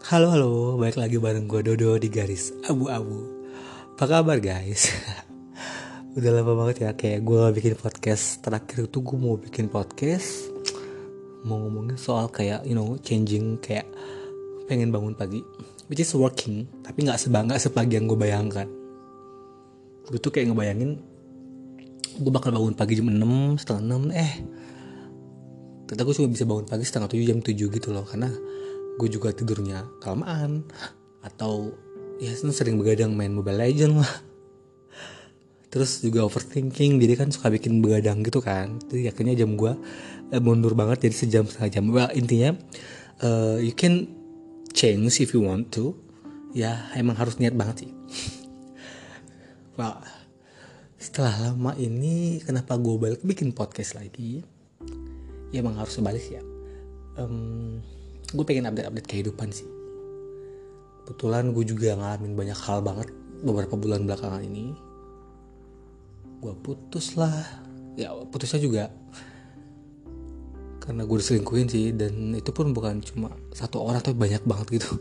Halo halo, balik lagi bareng gue Dodo di garis abu-abu. Apa kabar guys? Udah lama banget ya kayak gue bikin podcast. Terakhir itu gue mau bikin podcast, mau ngomongin soal kayak changing, kayak pengen bangun pagi, which is working, tapi nggak sebangga sepagi yang gue bayangkan. Gue tuh kayak ngebayangin gue bakal bangun pagi jam 6, setengah 6. Ternyata gue cuma bisa bangun pagi setengah 7, jam 7 gitu loh. Karena gue juga tidurnya kelamaan, atau ya sering begadang main Mobile Legends lah. Terus juga overthinking, jadi kan suka bikin begadang gitu kan. Jadi akhirnya jam gue mundur banget jadi sejam setengah jam. Well, intinya you can change if you want to. Ya emang harus niat banget sih. Well, setelah lama ini kenapa gue balik bikin podcast lagi? Ya emang harus balik ya. Gue pengen update kehidupan sih. Kebetulan gue juga ngalamin banyak hal banget beberapa bulan belakangan ini. Gue putus lah. Ya putusnya juga karena gue diselingkuhin sih. Dan itu pun bukan cuma satu orang, tapi banyak banget gitu.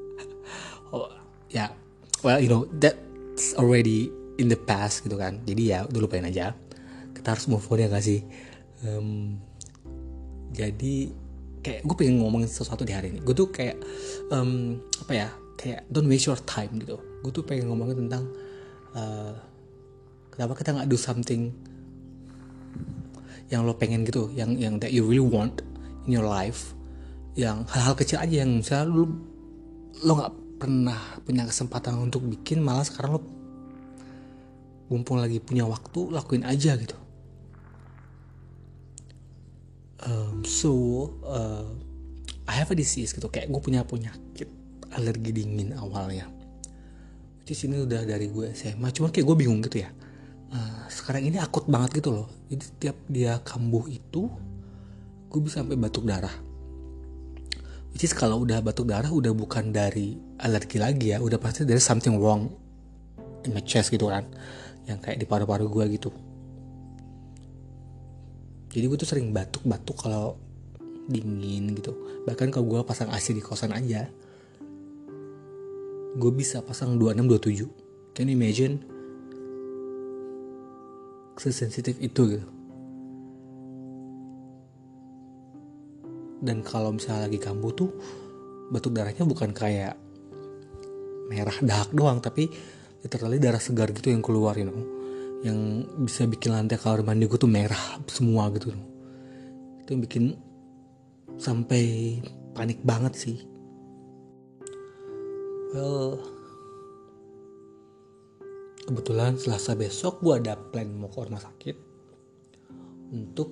Well that's already in the past gitu kan. Jadi ya udah lupain aja. Kita harus move on ya gak sih? Jadi kayak gue pengen ngomongin sesuatu di hari ini. Gue tuh kayak kayak don't waste your time gitu. Gue tuh pengen ngomongin tentang kenapa kita nggak do something yang lo pengen gitu, yang that you really want in your life, yang hal-hal kecil aja yang misalnya lo nggak pernah punya kesempatan untuk bikin, malah sekarang lo mumpung lagi punya waktu, lakuin aja gitu. I have a disease gitu, kayak gue punya penyakit alergi dingin awalnya. Di sini udah dari gue SMA, cuman kayak gue bingung gitu ya. Sekarang ini akut banget gitu loh. Jadi setiap dia kambuh itu, gue bisa sampai batuk darah. Which is kalau udah batuk darah udah bukan dari alergi lagi ya, udah pasti dari something wrong in my chest gitu kan, yang kayak di paru-paru gue gitu. Jadi gue tuh sering batuk-batuk kalau dingin gitu. Bahkan kalau gue pasang AC di kosan aja, gue bisa pasang 26, 27. Can you imagine? Sesensitif itu gitu. Dan kalau misalnya lagi kambuh tuh, batuk darahnya bukan kayak merah dahak doang, tapi literally darah segar gitu yang keluar, yang bisa bikin lantai kamar mandi gue tuh merah semua gitu. Itu yang bikin sampai panik banget sih. Well, kebetulan Selasa besok gue ada plan mau ke rumah sakit untuk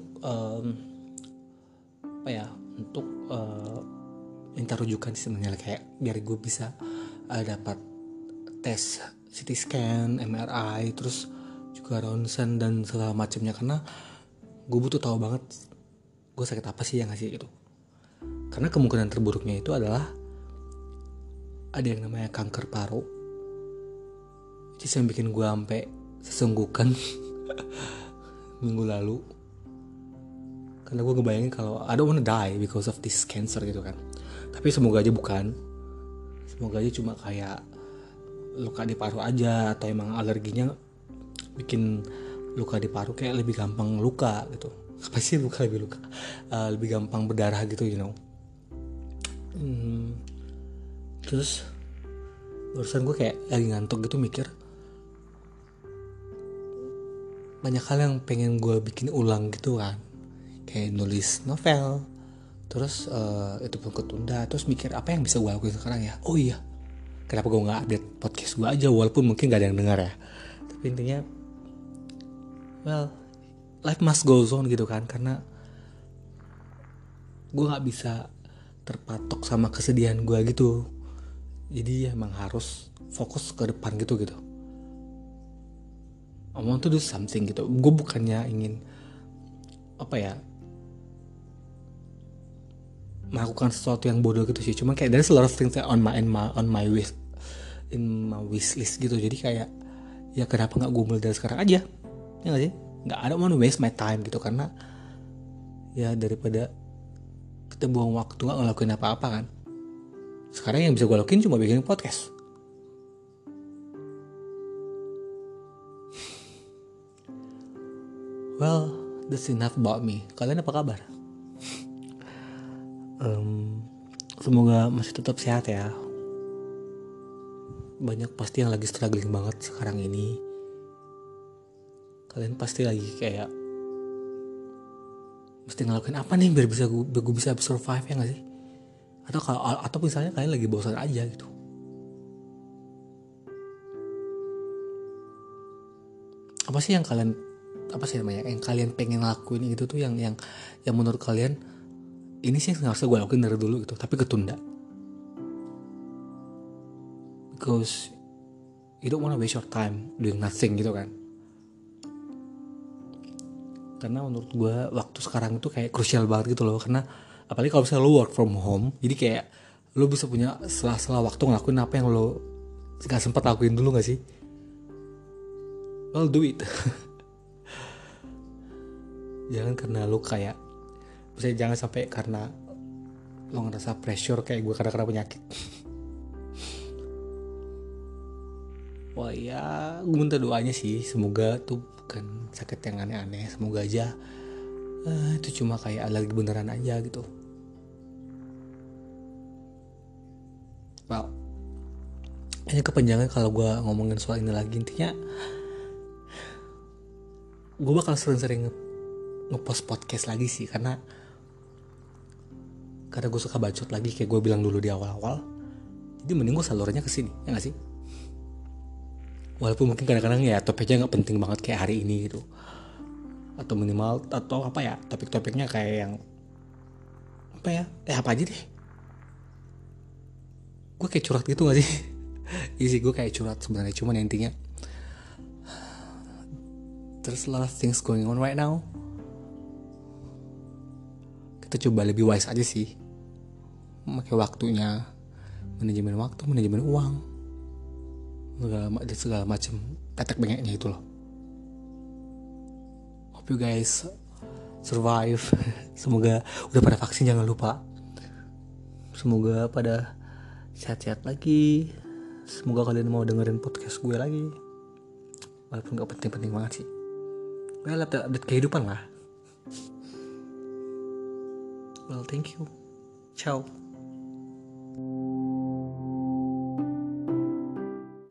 minta rujukan sebenarnya, kayak biar gue bisa dapat tes CT scan, MRI, terus juga ronsen dan segala macamnya, karena gue butuh tahu banget gue sakit apa sih yang ngasih gitu. Karena kemungkinan terburuknya itu adalah ada yang namanya kanker paru, itu yang bikin gue sampai sesenggukan minggu lalu, karena gue ngebayangin kalau I don't wanna die because of this cancer gitu kan. Tapi semoga aja bukan, semoga aja cuma kayak luka di paru aja, atau emang alerginya bikin luka di paru kayak lebih gampang luka gitu. Apa sih lebih gampang berdarah gitu, Terus barusan gue kayak lagi ngantuk gitu, mikir banyak hal yang pengen gue bikin ulang gitu kan, kayak nulis novel. Terus itu pun ketunda. Terus mikir apa yang bisa gue lakuin sekarang ya. Oh iya, kenapa gue gak update podcast gue aja, walaupun mungkin gak ada yang dengar ya. Tapi intinya, well, life must go on gitu kan. Karena gue gak bisa terpatok sama kesedihan gue gitu. Jadi ya emang harus fokus ke depan gitu. I want to do something gitu. Gue bukannya ingin melakukan sesuatu yang bodoh gitu sih. Cuma kayak there's a lot of things on my wish list gitu. Jadi kayak ya kenapa nggak gue mulai dari sekarang aja, ya nggak sih? Nggak, I don't want to waste my time gitu. Karena ya daripada kita buang waktu nggak ngelakuin apa-apa kan. Sekarang yang bisa gue lakuin cuma bikin podcast. Well, that's enough about me. Kalian apa kabar? Semoga masih tetap sehat ya. Banyak pasti yang lagi struggling banget sekarang ini. Kalian pasti lagi kayak mesti ngelakuin apa nih biar gue bisa survive, ya nggak sih? Atau misalnya kalian lagi bosan aja gitu. Apa sih namanya yang kalian pengen lakuin itu tuh yang menurut kalian ini sih yang harusnya gue lakuin dari dulu gitu, tapi ketunda. Because you don't wanna waste your time doing nothing gitu kan. Karena menurut gue waktu sekarang itu kayak krusial banget gitu loh. Karena apalagi kalau misalnya lo work from home, jadi kayak lo bisa punya sela-sela waktu ngelakuin apa yang lo gak sempat lakuin dulu gak sih? Well, do it. Jangan karena lo kayak misalnya jangan sampai karena lo ngerasa pressure kayak gue karena penyakit. Wah ya, gue minta doanya sih, semoga tuh bukan sakit yang aneh-aneh. Semoga aja itu cuma kayak alergi beneran aja gitu. Well, ini kepanjangan kalau gue ngomongin soal ini lagi. Intinya gue bakal sering-sering ngepost podcast lagi sih, karena gue suka bacot lagi kayak gue bilang dulu di awal-awal. Jadi mending gue salurnya ke sini, ya nggak sih? Walaupun mungkin kadang-kadang ya topiknya nggak penting banget kayak hari ini gitu, atau minimal atau apa ya, topik-topiknya kayak yang apa ya, apa aja deh. Gue kayak curhat gitu nggak sih? Iya sih, gue kayak curhat sebenarnya, cuman intinya there's a lot of things going on right now. Kita coba lebih wise aja sih, memakai waktunya, manajemen waktu, manajemen uang, segala macam tetek bengeknya itu loh. Hope you guys survive. Semoga udah pada vaksin, jangan lupa. Semoga pada sehat-sehat lagi. Semoga kalian mau dengerin podcast gue lagi, walaupun gak penting-penting banget sih. Well, update kehidupan lah. Well, thank you. Ciao.